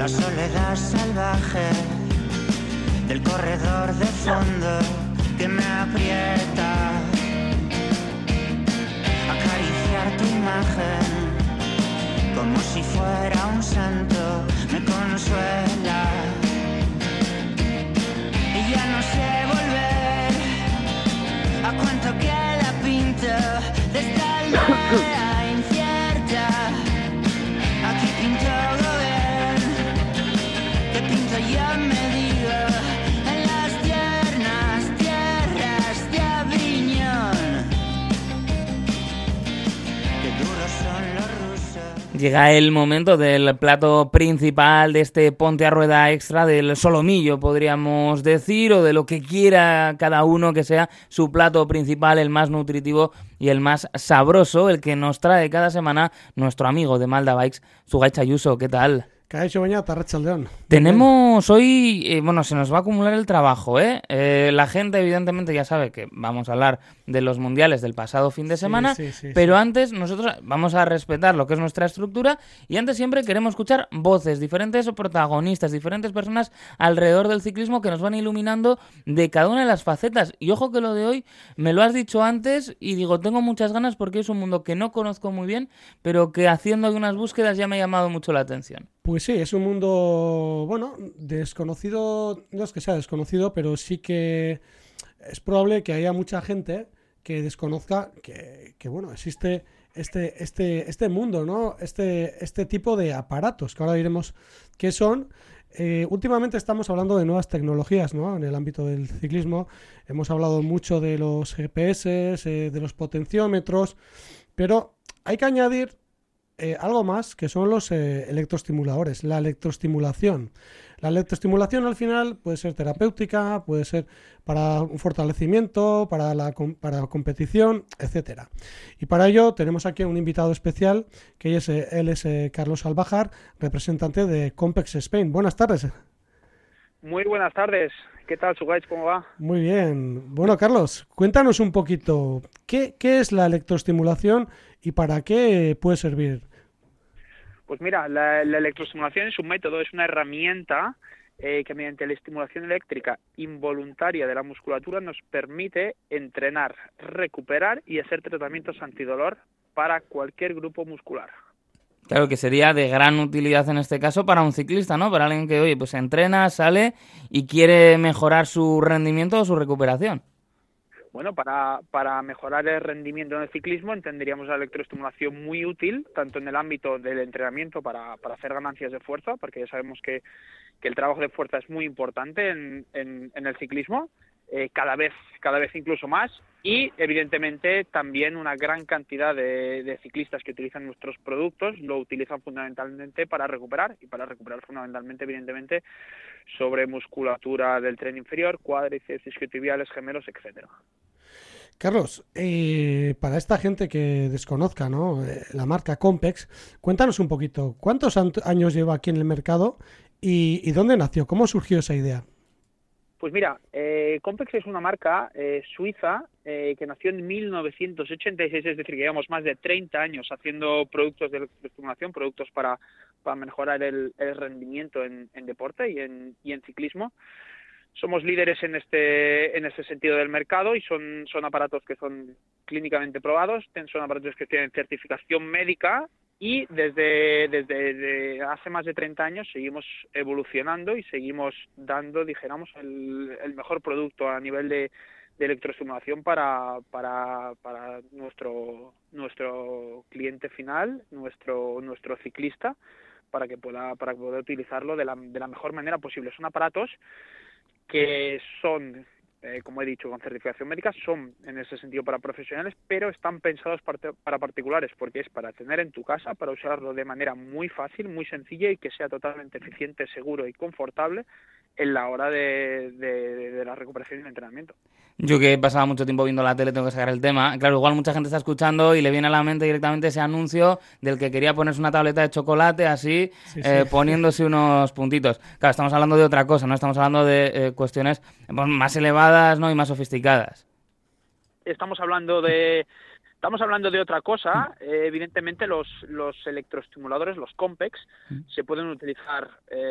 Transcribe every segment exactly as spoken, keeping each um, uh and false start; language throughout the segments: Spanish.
la soledad salvaje del corredor de fondo que me aprieta. Acariciar tu imagen como si fuera un santo me consuela. Y ya no sé volver a cuánto que la pinto de esta aldea incierta. Aquí pinto algo bien, que pinto yo me digo en las tiernas tierras de Aviñón. Qué duros son los rusos. Llega el momento del plato principal de este Ponte a Rueda Extra, del solomillo, podríamos decir, o de lo que quiera cada uno que sea su plato principal, el más nutritivo y el más sabroso, el que nos trae cada semana nuestro amigo de Malda Bikes, Zugay Chayuso. ¿Qué tal? Kaixo Beñat, Arratsaldeon. Tenemos hoy, eh, bueno, se nos va a acumular el trabajo, ¿eh? ¿eh? La gente evidentemente ya sabe que vamos a hablar de los mundiales del pasado fin de semana, sí, sí, sí, pero sí. Antes nosotros vamos a respetar lo que es nuestra estructura y antes siempre queremos escuchar voces, diferentes protagonistas, diferentes personas alrededor del ciclismo que nos van iluminando de cada una de las facetas. Y ojo que lo de hoy me lo has dicho antes y digo, tengo muchas ganas porque es un mundo que no conozco muy bien, pero que haciendo algunas búsquedas ya me ha llamado mucho la atención. Pues sí, es un mundo, bueno, desconocido, no es que sea desconocido, pero sí que es probable que haya mucha gente que desconozca que, que bueno, existe este, este, este mundo, ¿no? Este, este tipo de aparatos, que ahora diremos qué son. Eh, últimamente estamos hablando de nuevas tecnologías, ¿no? En el ámbito del ciclismo hemos hablado mucho de los G P S, eh, de los potenciómetros, pero hay que añadir Eh, algo más, que son los eh, electroestimuladores, la electroestimulación. La electroestimulación al final puede ser terapéutica, puede ser para un fortalecimiento, para la para competición, etcétera. Y para ello tenemos aquí un invitado especial, que es, eh, él es eh, Carlos Albajar, representante de Compex Spain. Buenas tardes. Muy buenas tardes. ¿Qué tal, Zugay? ¿Cómo va? Muy bien. Bueno, Carlos, cuéntanos un poquito, ¿qué, qué es la electroestimulación y para qué puede servir? Pues mira, la, la electroestimulación es un método, es una herramienta eh, que mediante la estimulación eléctrica involuntaria de la musculatura nos permite entrenar, recuperar y hacer tratamientos antidolor para cualquier grupo muscular. Claro que sería de gran utilidad en este caso para un ciclista, ¿no? Para alguien que, oye, pues entrena, sale y quiere mejorar su rendimiento o su recuperación. Bueno, para, para mejorar el rendimiento en el ciclismo entenderíamos la electroestimulación muy útil, tanto en el ámbito del entrenamiento para, para hacer ganancias de fuerza, porque ya sabemos que, que el trabajo de fuerza es muy importante en, en, en el ciclismo, eh, cada vez cada vez incluso más, y evidentemente también una gran cantidad de, de ciclistas que utilizan nuestros productos lo utilizan fundamentalmente para recuperar, y para recuperar fundamentalmente, evidentemente, sobre musculatura del tren inferior, cuádriceps, isquiotibiales, gemelos, etcétera. Carlos, eh, para esta gente que desconozca, ¿no?, eh, la marca Compex, cuéntanos un poquito, ¿cuántos años lleva aquí en el mercado y, y dónde nació? ¿Cómo surgió esa idea? Pues mira, eh, Compex es una marca eh, suiza eh, que nació en mil novecientos ochenta y seis, es decir, que llevamos más de treinta años haciendo productos de electroestimulación, productos para, para mejorar el, el rendimiento en, en deporte y en, y en ciclismo. Somos líderes en este en este sentido del mercado y son, son aparatos que son clínicamente probados, son aparatos que tienen certificación médica y desde, desde, desde hace más de treinta años seguimos evolucionando y seguimos dando, dijéramos, el, el mejor producto a nivel de, de electroestimulación para, para, para nuestro, nuestro cliente final, nuestro, nuestro ciclista, para que pueda, para poder utilizarlo de la, de la mejor manera posible. Son aparatos que son, eh, como he dicho, con certificación médica, son en ese sentido para profesionales, pero están pensados para, para particulares, porque es para tener en tu casa, para usarlo de manera muy fácil, muy sencilla y que sea totalmente eficiente, seguro y confortable en la hora de, de, de la recuperación y el entrenamiento. Yo que he pasado mucho tiempo viendo la tele, tengo que sacar el tema. Claro, igual mucha gente está escuchando y le viene a la mente directamente ese anuncio del que quería ponerse una tableta de chocolate así, sí, eh, sí. poniéndose unos puntitos. Claro, estamos hablando de otra cosa, ¿no? Estamos hablando de eh, cuestiones más elevadas, ¿no? Y más sofisticadas. estamos hablando de estamos hablando de otra cosa. Eh, evidentemente los los electroestimuladores, los Compex, se pueden utilizar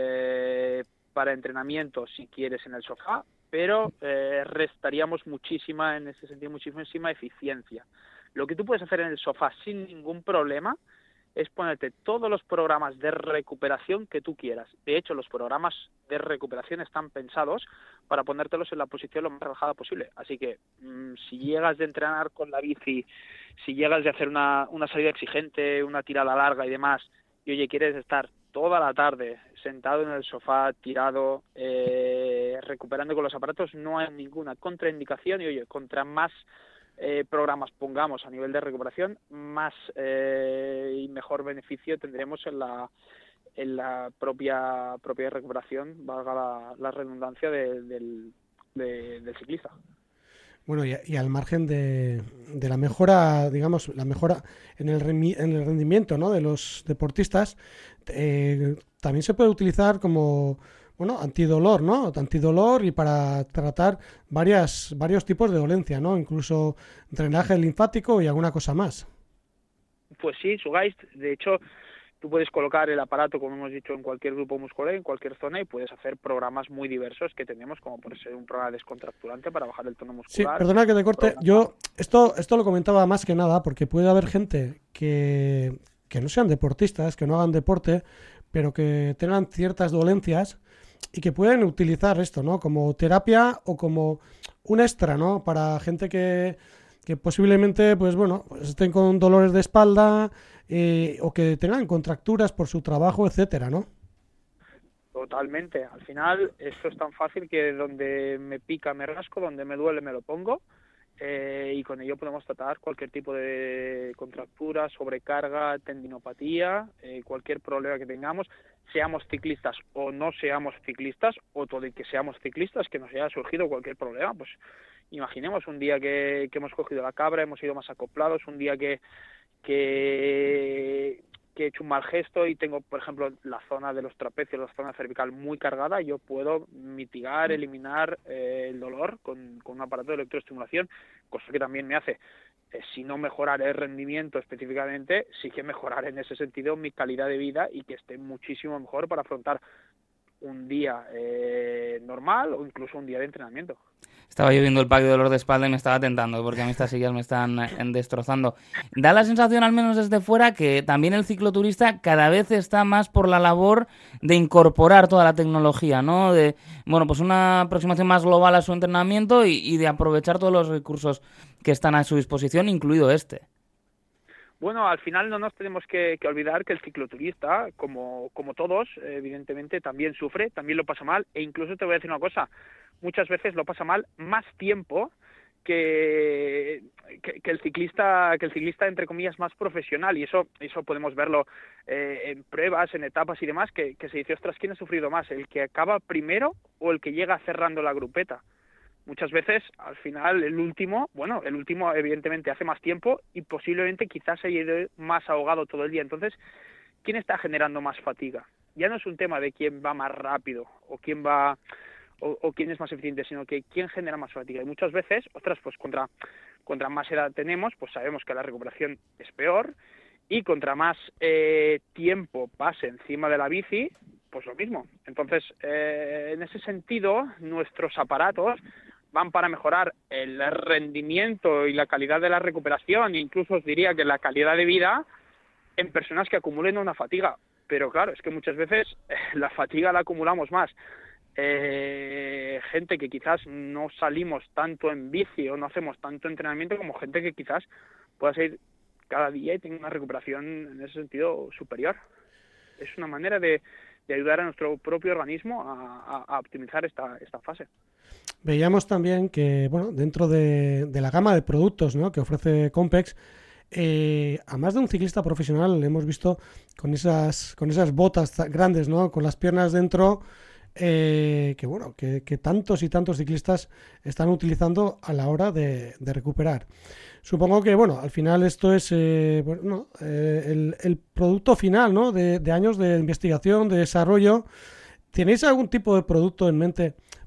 eh, para entrenamiento si quieres en el sofá, pero eh, restaríamos muchísima, en ese sentido, muchísima eficiencia. Lo que tú puedes hacer en el sofá sin ningún problema es ponerte todos los programas de recuperación que tú quieras. De hecho, los programas de recuperación están pensados para ponértelos en la posición lo más relajada posible. Así que mmm, si llegas de entrenar con la bici, si llegas de hacer una, una salida exigente, una tirada larga y demás, y oye, quieres estar toda la tarde sentado en el sofá, tirado, eh, recuperando con los aparatos, no hay ninguna contraindicación. Y oye, contra más Eh, programas pongamos a nivel de recuperación, más eh, y mejor beneficio tendremos en la en la propia propia recuperación, valga la, la redundancia de, del, de, del ciclista. Bueno, y, y al margen de, de la mejora, digamos, la mejora en el, en el rendimiento, ¿no?, de los deportistas, eh, también se puede utilizar como, bueno, antidolor, ¿no? Antidolor y para tratar varias varios tipos de dolencia, ¿no? Incluso drenaje linfático y alguna cosa más. Pues sí, Sugeist. De hecho, tú puedes colocar el aparato, como hemos dicho, en cualquier grupo muscular, en cualquier zona, y puedes hacer programas muy diversos que tenemos, como por ser un programa descontracturante para bajar el tono muscular. Sí, perdona que te corte. Programa. Yo esto esto lo comentaba más que nada porque puede haber gente que, que no sean deportistas, que no hagan deporte, pero que tengan ciertas dolencias y que pueden utilizar esto, ¿no?, como terapia o como un extra, ¿no?, para gente que, que posiblemente, pues bueno, pues estén con dolores de espalda eh, o que tengan contracturas por su trabajo, etcétera, ¿no? Totalmente. Al final esto es tan fácil que donde me pica me rasco, donde me duele me lo pongo. Eh, y con ello podemos tratar cualquier tipo de contractura, sobrecarga, tendinopatía, eh, cualquier problema que tengamos, seamos ciclistas o no seamos ciclistas, o todo y que seamos ciclistas, que nos haya surgido cualquier problema. Pues imaginemos un día que, que hemos cogido la cabra, hemos ido más acoplados, un día que, que, que he hecho un mal gesto y tengo, por ejemplo, la zona de los trapecios, la zona cervical muy cargada, yo puedo mitigar, eliminar eh, el dolor con, con un aparato de electroestimulación, cosa que también me hace, eh, si no mejorar el rendimiento específicamente, sí que mejorar en ese sentido mi calidad de vida y que esté muchísimo mejor para afrontar un día eh, normal o incluso un día de entrenamiento. Estaba yo viendo el pack de dolor de espalda y me estaba tentando, porque a mí estas sillas me están eh, destrozando. Da la sensación, al menos desde fuera, que también el cicloturista cada vez está más por la labor de incorporar toda la tecnología, ¿no? De, bueno, pues una aproximación más global a su entrenamiento y, y de aprovechar todos los recursos que están a su disposición, incluido este. Bueno, al final no nos tenemos que, que olvidar que el cicloturista, como, como todos, evidentemente también sufre, también lo pasa mal, e incluso te voy a decir una cosa, muchas veces lo pasa mal más tiempo que, que, que el ciclista, que el ciclista entre comillas más profesional, y eso eso podemos verlo eh, en pruebas, en etapas y demás, que, que se dice, ostras, ¿quién ha sufrido más? ¿El que acaba primero o el que llega cerrando la grupeta? Muchas veces, al final, el último, bueno, el último evidentemente hace más tiempo y posiblemente quizás se haya ido más ahogado todo el día. Entonces, ¿quién está generando más fatiga? Ya no es un tema de quién va más rápido o quién va o, o quién es más eficiente, sino que quién genera más fatiga. Y muchas veces, ostras, pues contra, contra más edad tenemos, pues sabemos que la recuperación es peor, y contra más eh, tiempo pase encima de la bici, pues lo mismo. Entonces, eh, en ese sentido, nuestros aparatos van para mejorar el rendimiento y la calidad de la recuperación, e incluso os diría que la calidad de vida en personas que acumulen una fatiga. Pero claro, es que muchas veces eh, la fatiga la acumulamos más. Eh, gente que quizás no salimos tanto en bici o no hacemos tanto entrenamiento, como gente que quizás pueda salir cada día y tenga una recuperación en ese sentido superior. Es una manera de, de ayudar a nuestro propio organismo a, a, a optimizar esta, esta fase. Veíamos también que, bueno, dentro de, de la gama de productos, ¿no?, que ofrece Compex, eh, a más de un ciclista profesional le hemos visto con esas con esas botas grandes, ¿no?, con las piernas dentro, eh, que bueno, que, que tantos y tantos ciclistas están utilizando a la hora de, de recuperar. Supongo que, bueno, al final esto es eh, bueno, eh, el, el producto final, ¿no?, de, de años de investigación, de desarrollo. ¿Tenéis algún tipo de producto en mente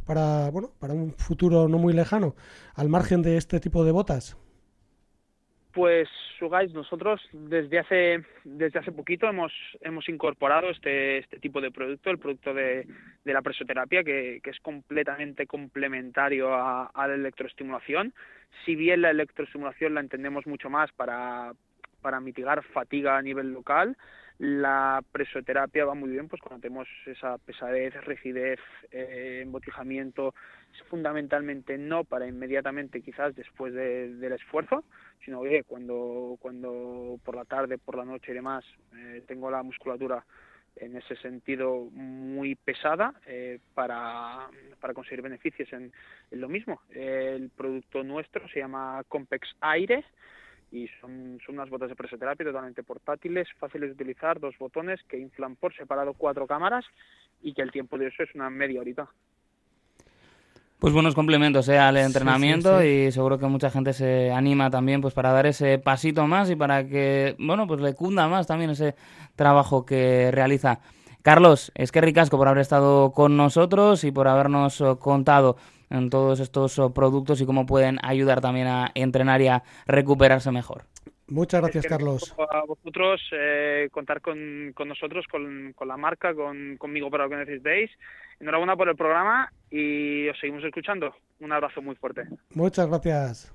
para, bueno, para un futuro no muy lejano, al margen de este tipo de botas? Pues, Guys, nosotros desde hace desde hace poquito hemos hemos incorporado este este tipo de producto, el producto de, de la presoterapia, que, que es completamente complementario a, a la electroestimulación. Si bien la electroestimulación la entendemos mucho más para, para mitigar fatiga a nivel local, la presoterapia va muy bien pues cuando tenemos esa pesadez, rigidez, eh, embotijamiento, fundamentalmente no para inmediatamente, quizás después de, del esfuerzo, sino oye, cuando cuando por la tarde, por la noche y demás eh, tengo la musculatura en ese sentido muy pesada, eh, para, para conseguir beneficios en, en lo mismo. Eh, el producto nuestro se llama Compex Aire y son, son unas botas de presoterapia totalmente portátiles, fáciles de utilizar, dos botones que inflan por separado cuatro cámaras y que el tiempo de eso es una media horita. Pues buenos complementos ¿eh? al entrenamiento, sí, sí, sí. Y seguro que mucha gente se anima también pues para dar ese pasito más y para que, bueno, pues le cunda más también ese trabajo que realiza. Carlos, es que ricasco por haber estado con nosotros y por habernos contado en todos estos productos y cómo pueden ayudar también a entrenar y a recuperarse mejor. Muchas gracias, es que Carlos. A vosotros, eh, contar con, con nosotros, con, con la marca, con, conmigo para lo que necesitéis. Enhorabuena por el programa y os seguimos escuchando. Un abrazo muy fuerte. Muchas gracias.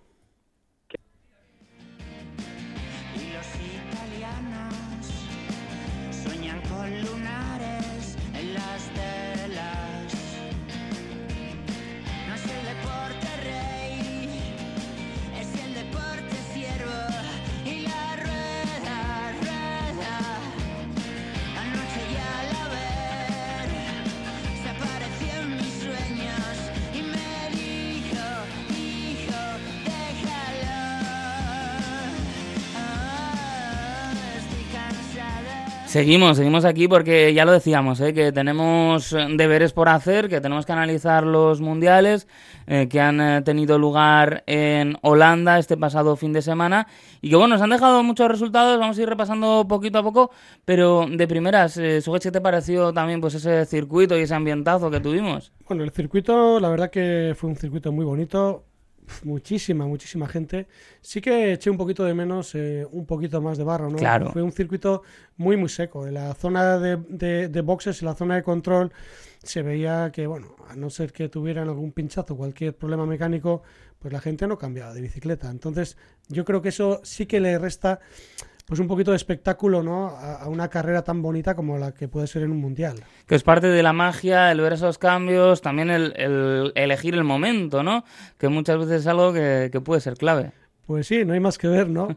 Y los italianos sueñan con lunares en las telas. No es el deporte rey, es el deporte ciervo. Y la rueda, rueda, anoche ya la ver, se apareció en mis sueños y me dijo, hijo, déjalo. Ah, estoy cansada. Seguimos, seguimos aquí porque ya lo decíamos, ¿eh? que tenemos deberes por hacer, que tenemos que analizar los mundiales eh, que han eh, tenido lugar en Holanda este pasado fin de semana y que bueno, nos han dejado muchos resultados, vamos a ir repasando poquito a poco, pero de primeras, eh, Sugesh, ¿qué te pareció también pues ese circuito y ese ambientazo que tuvimos? Bueno, el circuito, la verdad que fue un circuito muy bonito. Muchísima, muchísima gente. Sí que eché un poquito de menos, eh, un poquito más de barro, ¿no? Claro. Fue un circuito muy, muy seco. En la zona de, de, de boxes, en la zona de control, se veía que, bueno, a no ser que tuvieran algún pinchazo, cualquier problema mecánico, pues la gente no cambiaba de bicicleta. Entonces, yo creo que eso sí que le resta pues un poquito de espectáculo, ¿no? A, a una carrera tan bonita como la que puede ser en un mundial. Que es parte de la magia, el ver esos cambios, también el, el elegir el momento, ¿no? Que muchas veces es algo que, que puede ser clave. Pues sí, no hay más que ver, ¿no?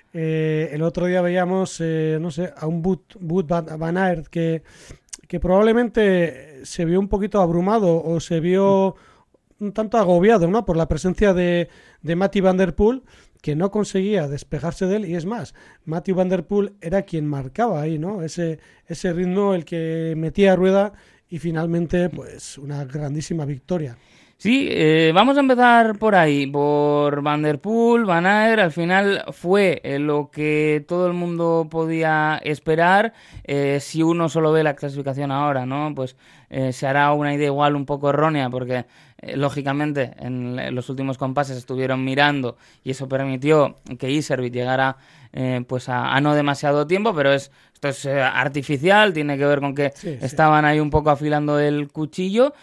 eh, el otro día veíamos, eh, no sé, a un Wout, Wout van Aert que, que probablemente se vio un poquito abrumado o se vio un tanto agobiado, ¿no? Por la presencia de, de Mathieu van der Poel, que no conseguía despejarse de él, y es más, Mathieu van der Poel era quien marcaba ahí, ¿no? Ese, ese ritmo, el que metía a rueda, y finalmente, pues, una grandísima victoria. Sí, eh, vamos a empezar por ahí, por Van der Poel, Van Aert. Al final fue eh, lo que todo el mundo podía esperar. Eh, si uno solo ve la clasificación ahora, ¿no? Pues eh, se hará una idea igual un poco errónea, porque eh, lógicamente en los últimos compases estuvieron mirando y eso permitió que Iserbyt llegara eh, pues a, a no demasiado tiempo, pero es esto es eh, artificial, tiene que ver con que sí, estaban sí. ahí un poco afilando el cuchillo.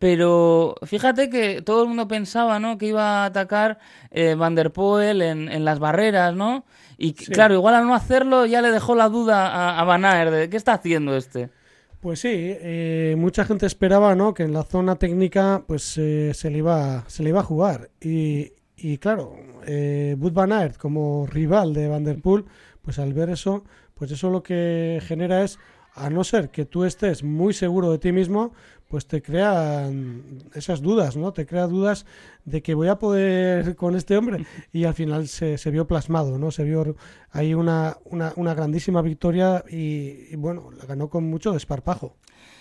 Pero fíjate que todo el mundo pensaba, ¿no? Que iba a atacar eh, Van der Poel en, en las barreras, ¿no? Y sí. Claro, igual al no hacerlo ya le dejó la duda a, a Van Aert de ¿qué está haciendo este? Pues sí, eh, mucha gente esperaba, ¿no? Que en la zona técnica pues eh, se le iba se le iba a jugar y, y claro, eh, Wout van Aert como rival de Van der Poel, pues al ver eso, pues eso lo que genera es, a no ser que tú estés muy seguro de ti mismo, pues te crean esas dudas, ¿no? Te crea dudas de que voy a poder con este hombre, y al final se, se vio plasmado, ¿no? Se vio ahí una, una, una grandísima victoria y, y bueno, la ganó con mucho desparpajo.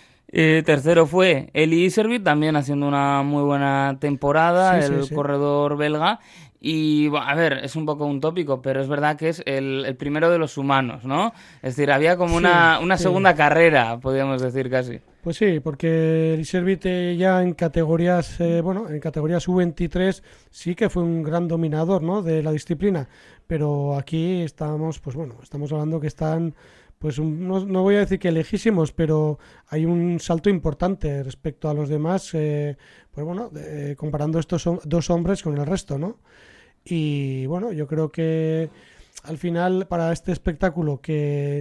Eh, tercero fue Eli Iserbyt, también haciendo una muy buena temporada, sí, el sí, sí. corredor belga. Y, a ver, es un poco un tópico, pero es verdad que es el, el primero de los humanos, ¿no? Es decir, había como sí, una, una sí. segunda carrera, podríamos decir casi. Pues sí, porque el Iservit ya en categorías, eh, bueno, en categorías U veintitrés sí que fue un gran dominador, ¿no?, de la disciplina, pero aquí estamos, pues bueno, estamos hablando que están, pues un, no, no voy a decir que lejísimos, pero hay un salto importante respecto a los demás, eh, pues bueno, eh, comparando estos hom- dos hombres con el resto, ¿no? Y bueno, yo creo que al final para este espectáculo que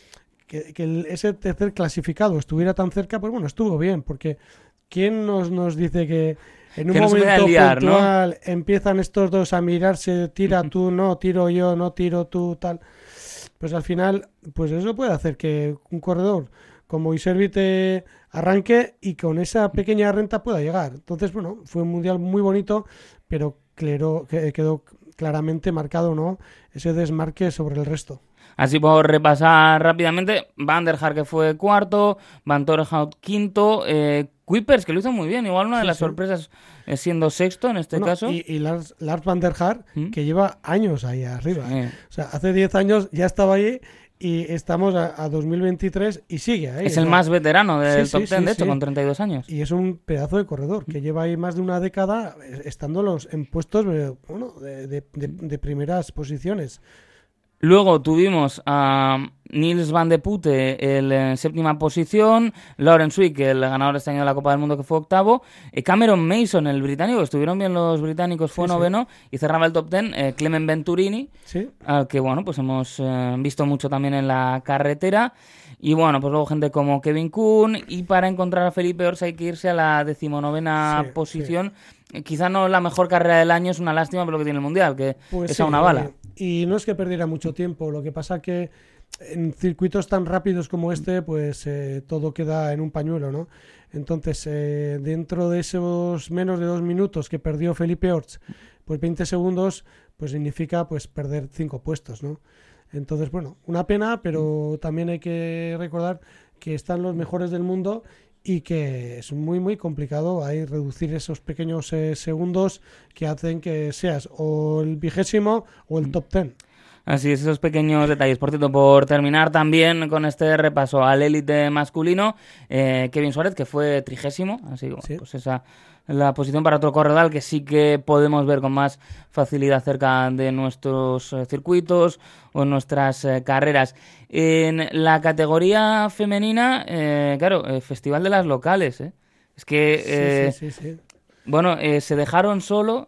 que, que el, ese tercer clasificado estuviera tan cerca, pues bueno, estuvo bien, porque ¿quién nos, nos dice que en un que momento liar, puntual, ¿no?, empiezan estos dos a mirarse, tira tú, no, tiro yo, no tiro tú, tal? Pues al final, pues eso puede hacer que un corredor como Iservit arranque y con esa pequeña renta pueda llegar. Entonces, bueno, fue un mundial muy bonito, pero claro, quedó claramente marcado, ¿no?, ese desmarque sobre el resto. Así por repasar rápidamente, Van der Haar, que fue cuarto, Van Torhout quinto, eh, Kuipers, que lo hizo muy bien, igual una de Sí, las sí. sorpresas eh, siendo sexto en este Bueno, caso. Y, y Lars, Lars Van der Haar, ¿Mm? que lleva años ahí arriba. Sí. O sea, hace diez años ya estaba ahí y estamos a, a dos mil veintitrés y sigue ahí. Es o el sea, más veterano del sí, top sí, ten, sí, de hecho, sí. con treinta y dos años. Y es un pedazo de corredor que lleva ahí más de una década eh, estando los, en puestos eh, bueno, de, de, de, de primeras posiciones. Luego tuvimos a Niels van de Putte en eh, séptima posición, Laurens Wick, el ganador este año de la Copa del Mundo, que fue octavo, eh, Cameron Mason, el británico, estuvieron bien los británicos, fue Sí, sí. noveno, y cerraba el top ten eh, Clement Venturini, Sí, al que bueno, pues hemos eh, visto mucho también en la carretera. Y bueno, pues luego gente como Kevin Kuhn, y para encontrar a Felipe Ors hay que irse a la decimonovena Sí, posición. Eh, Quizá no la mejor carrera del año, es una lástima por lo que tiene el Mundial, que pues es sí, a una bala. eh, y no es que perdiera mucho tiempo, lo que pasa que en circuitos tan rápidos como este, pues eh, todo queda en un pañuelo, ¿no? Entonces, eh, dentro de esos menos de dos minutos que perdió Felipe Orts, pues veinte segundos, pues significa pues perder cinco puestos, ¿no? Entonces, bueno, una pena, pero también hay que recordar que están los mejores del mundo y que es muy, muy complicado ahí reducir esos pequeños eh, segundos que hacen que seas o el vigésimo o el top ten. Así es, esos pequeños detalles. Por cierto, por terminar también con este repaso al élite masculino, eh, Kevin Suárez, que fue trigésimo, así que bueno, Sí. pues esa es la posición para otro corredor que sí que podemos ver con más facilidad cerca de nuestros eh, circuitos o nuestras eh, carreras. En la categoría femenina, eh, claro, eh, Festival de las Locales, ¿eh? Es que, eh, Sí, sí, sí, sí. bueno, eh, se dejaron solo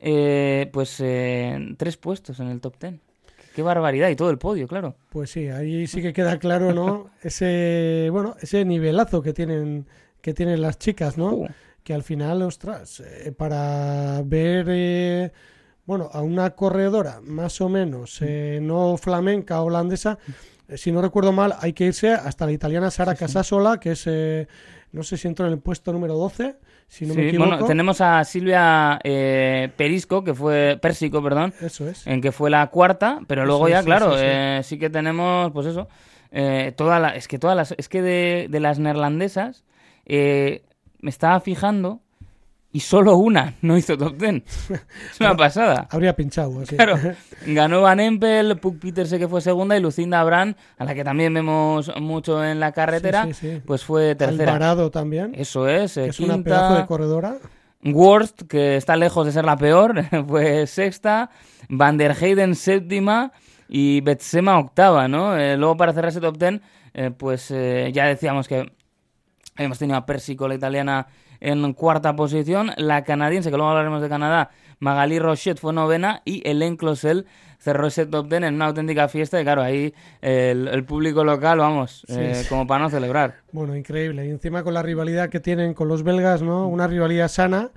eh, pues eh, tres puestos en el top ten. Qué barbaridad, y todo el podio, claro. Pues sí, ahí sí que queda claro, ¿no? Ese, bueno, ese nivelazo que tienen, que tienen las chicas, ¿no? Uh. Que al final, ostras, eh, para ver, eh, bueno, a una corredora más o menos, eh, no flamenca, holandesa, eh, si no recuerdo mal, hay que irse hasta la italiana Sara Casasola, que es, eh, no sé si entró en el puesto número doce, si no Sí, me equivoco. bueno, tenemos a Silvia eh, Perisco, que fue Pérsico, perdón, Eso es. en que fue la cuarta, pero luego Eso ya, es, claro, sí, sí, sí. eh, sí que tenemos, pues eso, eh, toda la, es que todas las, es que de, de las neerlandesas eh, me estaba fijando y solo una no hizo top ten. Es una pasada. Habría pinchado, así. Claro, ganó Van Empel, Puck Pieterse, que fue segunda, y Lucinda Brand, a la que también vemos mucho en la carretera, Sí, sí, sí. pues fue tercera. Alvarado también, Eso es, eh, que es quinta. una pedazo de corredora. Worst, que está lejos de ser la peor, fue sexta. Van der Heyden, séptima. Y Betsema, octava, ¿no? Eh, luego, para cerrar ese top ten, eh, pues eh, ya decíamos que hemos tenido a Pérsico, la italiana, en cuarta posición. La canadiense, que luego hablaremos de Canadá, Magali Rochette, fue novena. Y Hélène Clausel cerró ese top ten en una auténtica fiesta. Y claro, ahí eh, el, el público local, vamos, Sí, eh, sí. como para no celebrar. Bueno, increíble. Y encima con la rivalidad que tienen con los belgas, ¿no? Una rivalidad sana,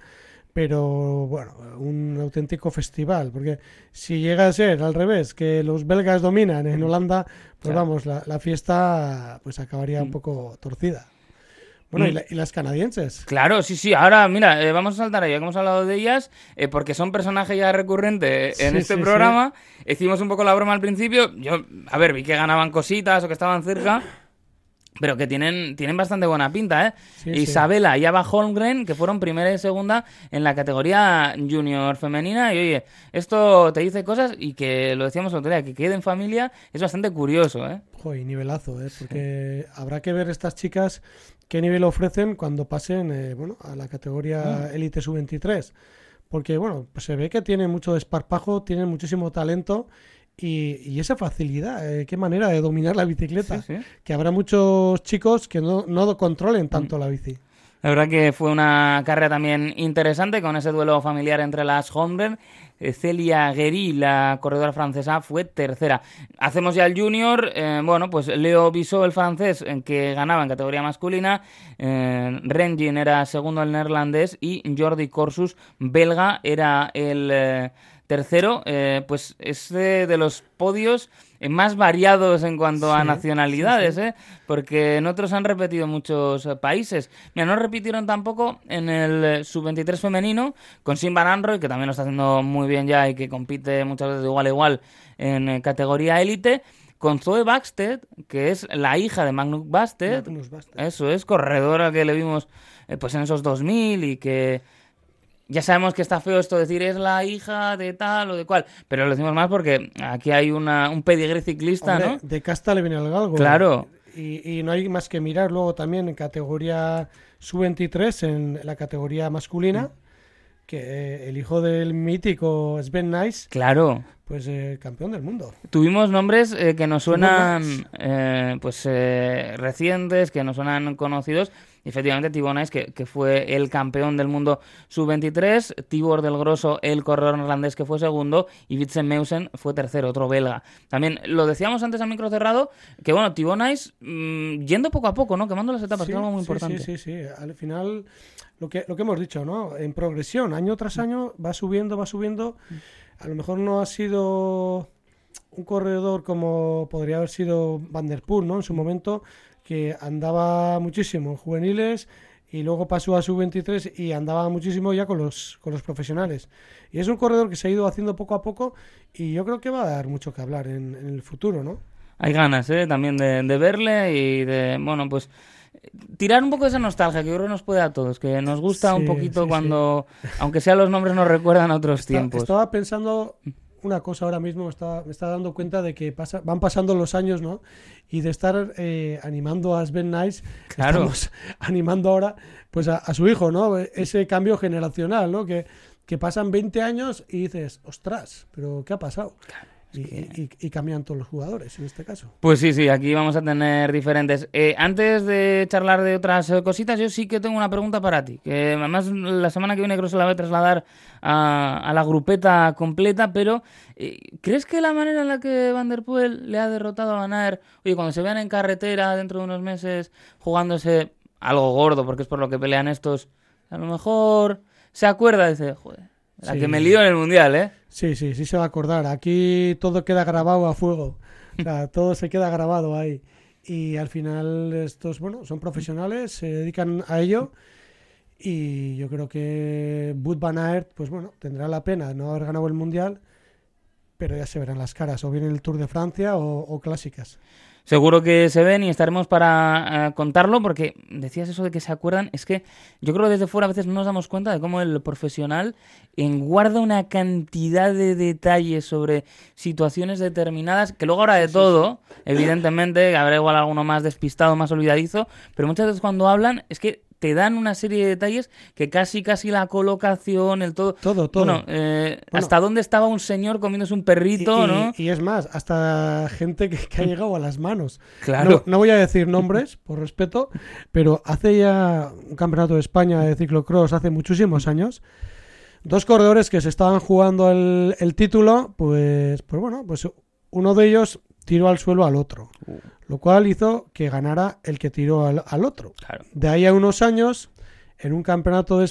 pero bueno, un auténtico festival. Porque si llega a ser al revés, que los belgas dominan en Holanda, pues Claro. vamos, la, la fiesta pues acabaría un poco torcida. Bueno, Mm. y, la- y las canadienses. Claro, sí, sí. Ahora, mira, eh, vamos a saltar ahí, ya que hemos hablado de ellas, eh, porque son personajes ya recurrentes en Sí, este sí, programa. Hicimos un poco la broma al principio. Yo, a ver, vi que ganaban cositas o que estaban cerca. pero que tienen, tienen bastante buena pinta, ¿eh? Sí, Isabela y Ava Holmgren, que fueron primera y segunda en la categoría junior femenina, y oye, esto te dice cosas, y que lo decíamos el otro día, que quede en familia es bastante curioso, ¿eh? Joder, nivelazo, ¿eh? Porque sí. Habrá que ver estas chicas qué nivel ofrecen cuando pasen eh, bueno, a la categoría Elite sub veintitrés. Porque, bueno, pues se ve que tienen mucho desparpajo, tienen muchísimo talento y, y esa facilidad, eh, qué manera de dominar la bicicleta. Sí, sí. Que habrá muchos chicos que no, no controlen tanto mm. la bici. La verdad que fue una carrera también interesante con ese duelo familiar entre las Holmgren. Celia Guéry, la corredora francesa, fue tercera. Hacemos ya el junior. Eh, bueno, pues Leo Bissot, el francés, en que ganaba en categoría masculina. Eh, Rengin era segundo, el neerlandés. Y Jordi Corsus, belga, era el eh, tercero. Eh, pues es de, de los podios más variados en cuanto sí, a nacionalidades, sí, sí. ¿eh? Porque en otros han repetido muchos países. Mira, no repitieron tampoco en el sub veintitrés femenino con Sim Van Anrooy, que también lo está haciendo muy bien ya y que compite muchas veces de igual a igual en categoría élite, con Zoe Bäckstedt, que es la hija de Magnus Bäckstedt. Magnus Bäckstedt. Eso es, corredora que le vimos eh, pues en esos dos mil y que... Ya sabemos que está feo esto decir es la hija de tal o de cual, pero lo decimos más porque aquí hay una, un pedigrí ciclista, Hombre, ¿no? De casta le viene al galgo. Claro. Y, y no hay más que mirar luego también en categoría sub veintitrés, en la categoría masculina, mm. que eh, el hijo del mítico Sven Nys. Claro. Pues eh, campeón del mundo. Tuvimos nombres eh, que nos suenan eh, pues eh, recientes, que nos suenan conocidos. Y efectivamente, Thibaut Nys, que, que fue el campeón del mundo sub veintitrés, Tibor del Grosso, el corredor neerlandés, que fue segundo, y Vincent Meusen fue tercero, otro belga. También lo decíamos antes a micro cerrado, que bueno, Thibaut Nys mmm, yendo poco a poco, ¿no? Quemando las etapas, sí, que es algo muy sí, importante. Sí, sí, sí. Al final, lo que, lo que hemos dicho, ¿no? En progresión, año tras año, va subiendo, va subiendo. A lo mejor no ha sido un corredor como podría haber sido Van der Poel, ¿no? En su momento, que andaba muchísimo en juveniles y luego pasó a sub veintitrés y andaba muchísimo ya con los con los profesionales. Y es un corredor que se ha ido haciendo poco a poco y yo creo que va a dar mucho que hablar en, en el futuro, ¿no? Hay ganas, ¿eh? También de, de verle y de, bueno, pues tirar un poco de esa nostalgia que yo creo que nos puede a todos, que nos gusta sí, un poquito sí, cuando, sí. aunque sean los nombres, nos recuerdan a otros Está, tiempos. Estaba pensando una cosa ahora mismo, me está, me está dando cuenta de que pasa, van pasando los años, ¿no? Y de estar eh, animando a Sven Nys, claro. estamos animando ahora pues a, a su hijo, ¿no? Ese cambio generacional, ¿no? Que, que pasan veinte años y dices, ostras, pero ¿qué ha pasado? Claro. Y, y, y cambian todos los jugadores en este caso. Pues sí, sí, aquí vamos a tener diferentes. Eh, antes de charlar de otras cositas, yo sí que tengo una pregunta para ti, que además la semana que viene creo que se la voy a trasladar a, a la grupeta completa, pero eh, ¿crees que la manera en la que Van der Poel le ha derrotado a Van Aert, oye, cuando se vean en carretera dentro de unos meses jugándose algo gordo, porque es por lo que pelean estos, a lo mejor se acuerda y dice, joder, la sí. que me lío en el Mundial, ¿eh? Sí, sí, sí se va a acordar. Aquí todo queda grabado a fuego. O sea, todo se queda grabado ahí. Y al final estos, bueno, son profesionales, se dedican a ello. Y yo creo que Wout van Aert, pues bueno, tendrá la pena no haber ganado el Mundial, pero ya se verán las caras, o bien el Tour de Francia o, o clásicas. Seguro que se ven y estaremos para uh, contarlo, porque decías eso de que se acuerdan. Es que yo creo que desde fuera a veces no nos damos cuenta de cómo el profesional guarda una cantidad de detalles sobre situaciones determinadas, que luego habrá de todo, sí, sí. evidentemente, habrá igual alguno más despistado, más olvidadizo, pero muchas veces cuando hablan es que te dan una serie de detalles que casi casi la colocación, el todo... Todo, todo. Bueno, eh, bueno. hasta dónde estaba un señor comiéndose un perrito, y, y, ¿no? Y es más, hasta gente que, que ha llegado a las manos. Claro. No, no voy a decir nombres, por respeto, pero hace ya un campeonato de España de ciclocross, hace muchísimos años, dos corredores que se estaban jugando el, el título, pues, pues bueno, pues uno de ellos tiró al suelo al otro. Uh. Lo cual hizo que ganara el que tiró al, al otro. Claro. De ahí a unos años, en un campeonato de,